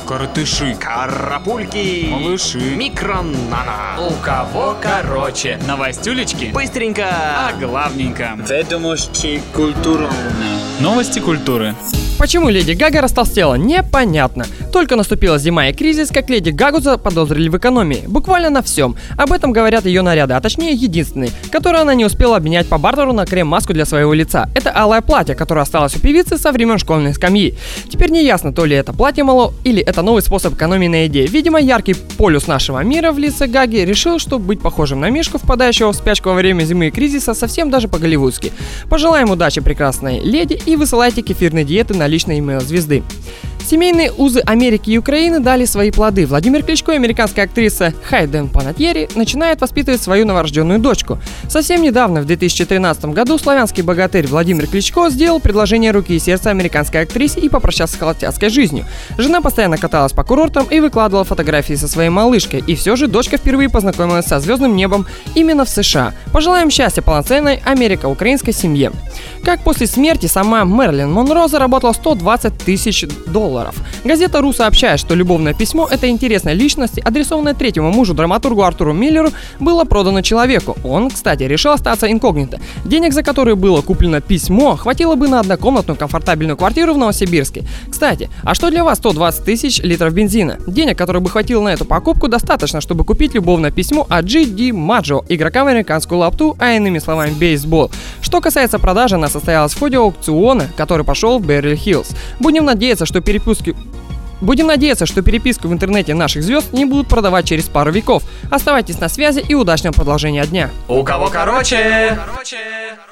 коротыши, карапульки, малыши, микронано. у кого короче. Новостюлечки, Быстренько, а главненько. Ведомости культуры. Новости культуры. Почему Леди Гага растолстела? Непонятно. Только наступила зима и кризис, как Леди Гагу заподозрили в экономии. Буквально на всем. Об этом говорят ее наряды, а точнее единственный, который она не успела обменять по бартеру на крем-маску для своего лица. Это алое платье, которое осталось у певицы со времен школьной скамьи. Теперь не ясно, то ли это платье мало, или это новый способ экономии на еде. Видимо, яркий полюс нашего мира в лице Гаги решил, что быть похожим на Мишку, впадающего в спячку во время зимы и кризиса, совсем даже по-голливудски. Пожелаем удачи прекрасной леди и высылайте кефирные диеты на личный имейл звезды. Семейные узы Америки и Украины дали свои плоды. Владимир Кличко и американская актриса Хайден Панетьери начинают воспитывать свою новорожденную дочку. Совсем недавно, в 2013 году, славянский богатырь Владимир Кличко сделал предложение руки и сердца американской актрисе и попрощался с холостяцкой жизнью. Жена постоянно каталась по курортам и выкладывала фотографии со своей малышкой. И все же дочка впервые познакомилась со звездным небом именно в США. Пожелаем счастья полноценной америко-украинской семье. Как после смерти сама Мэрилин Монро заработала $120 тысяч. Газета «Ру» сообщает, что любовное письмо этой интересной личности, адресованное третьему мужу, драматургу Артуру Миллеру, было продано человеку. Он, кстати, решил остаться инкогнито. Денег, за которые было куплено письмо, хватило бы на однокомнатную комфортабельную квартиру в Новосибирске. Кстати, а что для вас 120 тысяч литров бензина? Денег, которые бы хватило на эту покупку, достаточно, чтобы купить любовное письмо от Джи Ди Маджо, игрока в американскую лапту, а иными словами бейсбол. Что касается продажи, она состоялась в ходе аукциона, который пошел в Беверли-Хиллз. Будем надеяться, что переписку в интернете наших звезд не будут продавать через пару веков. Оставайтесь на связи и удачного продолжения дня. У кого короче?